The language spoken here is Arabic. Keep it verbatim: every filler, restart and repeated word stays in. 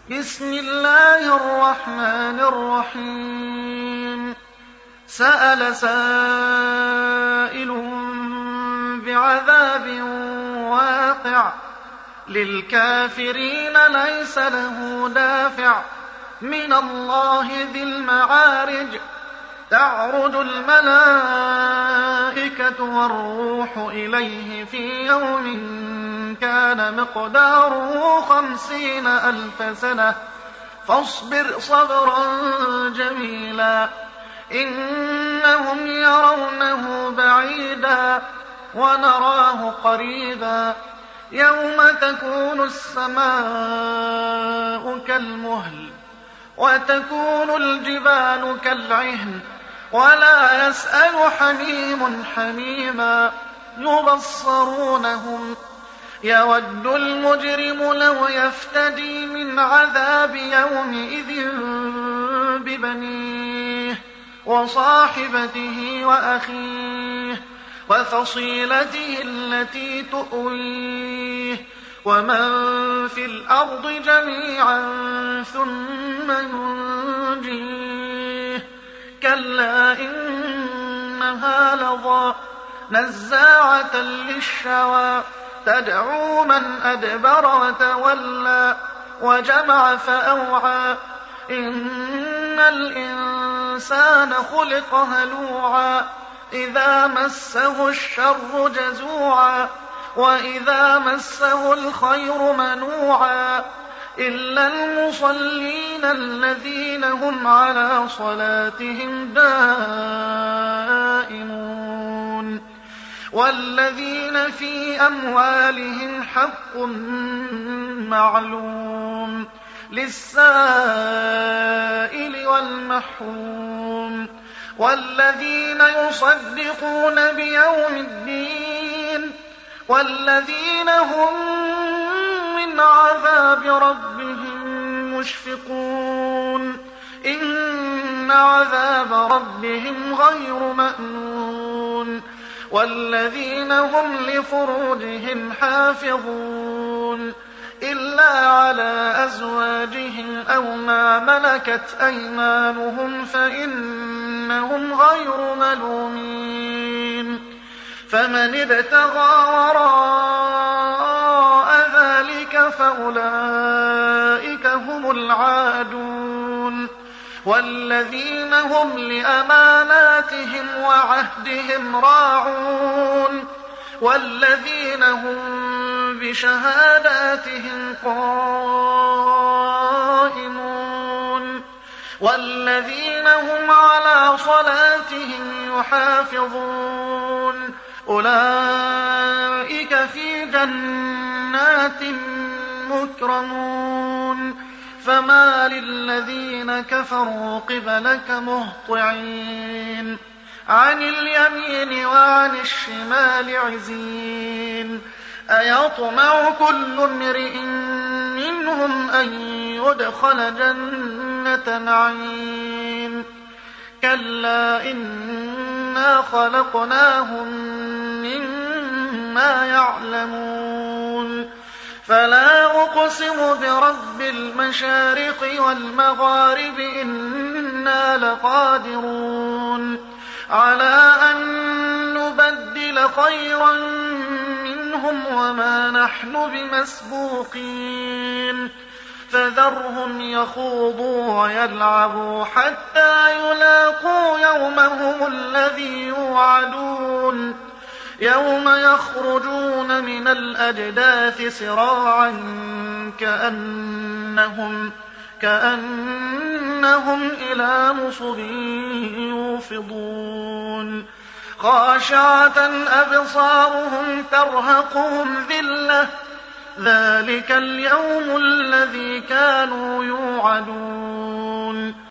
بسم الله الرحمن الرحيم سأل سائل بعذاب واقع للكافرين ليس له دافع من الله ذي المعارج تعرج الملائكة والروح إليه في يوم كان مقداره خمسين ألف سنة فاصبر صبرا جميلا إنهم يرونه بعيدا ونراه قريبا يوم تكون السماء كالمهل وتكون الجبال كالعهن ولا يسأل حميم حميما يبصرونهم يود المجرم لو يفتدي من عذاب يومئذ ببنيه وصاحبته وأخيه وفصيلته التي تؤويه ومن في الأرض جميعا ثم ينجيه كلا إنها لظى نزاعة للشوى تدعو من أدبر وتولى وجمع فأوعى إن الإنسان خلق هلوعا إذا مسه الشر جزوعا وإذا مسه الخير منوعا إلا المصلين الذين هم على صلاتهم دائمون والذين في أموالهم حق معلوم للسائل والمحروم والذين يصدقون بيوم الدين والذين هم من عذاب ربهم مشفقون إن عذاب ربهم غير مأمون والذين هم لفروجهم حافظون إلا على أزواجهم أو ما ملكت أيمانهم فإنهم غير ملومين فمن ابتغى وراء ذلك فأولئك هم العادون والذين هم لأماناتهم وعهدهم راعون والذين هم بشهاداتهم قائمون والذين هم على صلاتهم يحافظون أولئك في جنات مكرمون فما للذين كفروا قبلك مهطعين عن اليمين وعن الشمال عزين أيطمع كل امرئ منهم أن يدخل جنة نعيم كلا إنا خلقناهم مما يعلمون فلا أقسم برب المشارق والمغارب إنا لقادرون على أن نبدل خيرا منهم وما نحن بمسبوقين فذرهم يخوضوا ويلعبوا حتى يلاقوا يومهم الذي يوعدون يوم يخرجون من الأجداث سراعا كأنهم, كأنهم إلى نصب يوفضون خاشعة أبصارهم ترهقهم ذلة ذلك اليوم الذي كانوا يوعدون